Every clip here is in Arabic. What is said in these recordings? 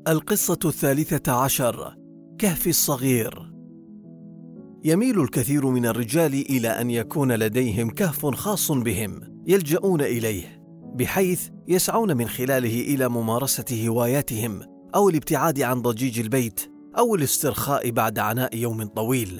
القصة 13: كهف الصغير. يميل الكثير من الرجال إلى أن يكون لديهم كهف خاص بهم يلجؤون إليه، بحيث يسعون من خلاله إلى ممارسة هواياتهم أو الابتعاد عن ضجيج البيت أو الاسترخاء بعد عناء يوم طويل.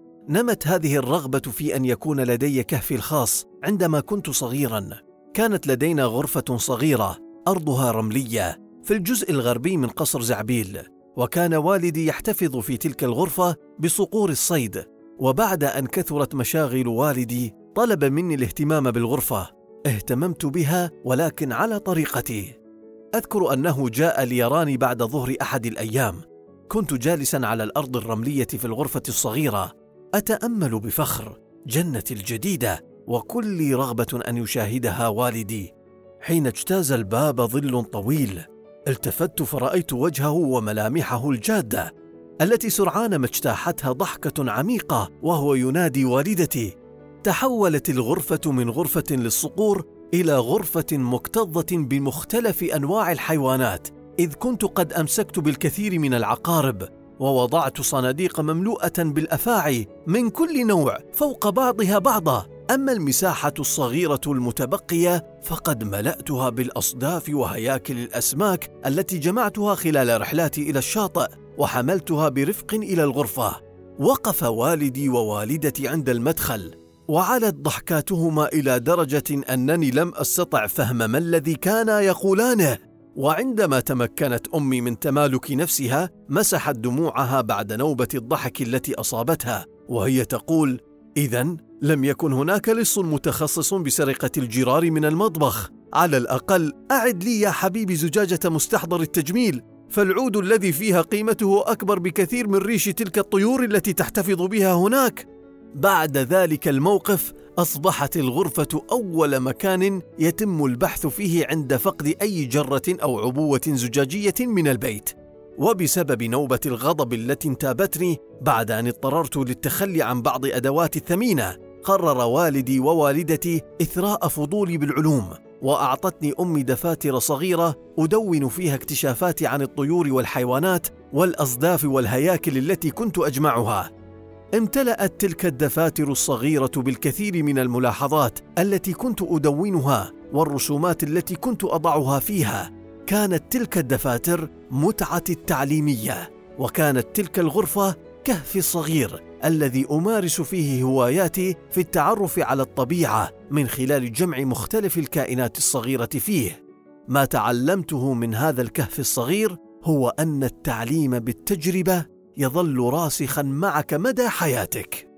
نمت هذه الرغبة في أن يكون لدي كهفي الخاص عندما كنت صغيراً. كانت لدينا غرفة صغيرة أرضها رملية في الجزء الغربي من قصر زعبيل، وكان والدي يحتفظ في تلك الغرفة بصقور الصيد. وبعد أن كثرت مشاغل والدي طلب مني الاهتمام بالغرفة. اهتممت بها ولكن على طريقتي. أذكر أنه جاء ليراني بعد ظهر أحد الأيام. كنت جالسا على الأرض الرملية في الغرفة الصغيرة أتأمل بفخر جنتي الجديدة، وكل رغبة أن يشاهدها والدي. حين اجتاز الباب ظل طويل، التفت فرأيت وجهه وملامحه الجادة التي سرعان ما اجتاحتها ضحكة عميقة وهو ينادي والدتي. تحولت الغرفة من غرفة للصقور إلى غرفة مكتظة بمختلف أنواع الحيوانات، إذ كنت قد أمسكت بالكثير من العقارب ووضعت صناديق مملوءة بالأفاعي من كل نوع فوق بعضها بعضا. أما المساحة الصغيرة المتبقية فقد ملأتها بالأصداف وهياكل الأسماك التي جمعتها خلال رحلاتي إلى الشاطئ وحملتها برفق إلى الغرفة. وقف والدي ووالدتي عند المدخل، وعلت ضحكاتهما إلى درجة أنني لم أستطع فهم ما الذي كانا يقولانه. وعندما تمكنت أمي من تمالك نفسها مسحت دموعها بعد نوبة الضحك التي أصابتها، وهي تقول: إذن لم يكن هناك لص متخصص بسرقة الجرار من المطبخ. على الأقل أعد لي يا حبيبي زجاجة مستحضر التجميل، فالعود الذي فيها قيمته أكبر بكثير من ريش تلك الطيور التي تحتفظ بها هناك. بعد ذلك الموقف أصبحت الغرفة أول مكان يتم البحث فيه عند فقد أي جرة أو عبوة زجاجية من البيت. وبسبب نوبة الغضب التي انتابتني بعد أن اضطررت للتخلي عن بعض أدواتي الثمينة، قرر والدي ووالدتي إثراء فضولي بالعلوم، وأعطتني أمي دفاتر صغيرة أدون فيها اكتشافاتي عن الطيور والحيوانات والأصداف والهياكل التي كنت أجمعها. امتلأت تلك الدفاتر الصغيرة بالكثير من الملاحظات التي كنت أدونها والرسومات التي كنت أضعها فيها. كانت تلك الدفاتر متعتي التعليمية، وكانت تلك الغرفة كهفي الصغير الذي أمارس فيه هواياتي في التعرف على الطبيعة من خلال جمع مختلف الكائنات الصغيرة فيه. ما تعلمته من هذا الكهف الصغير هو أن التعليم بالتجربة يظل راسخا معك مدى حياتك.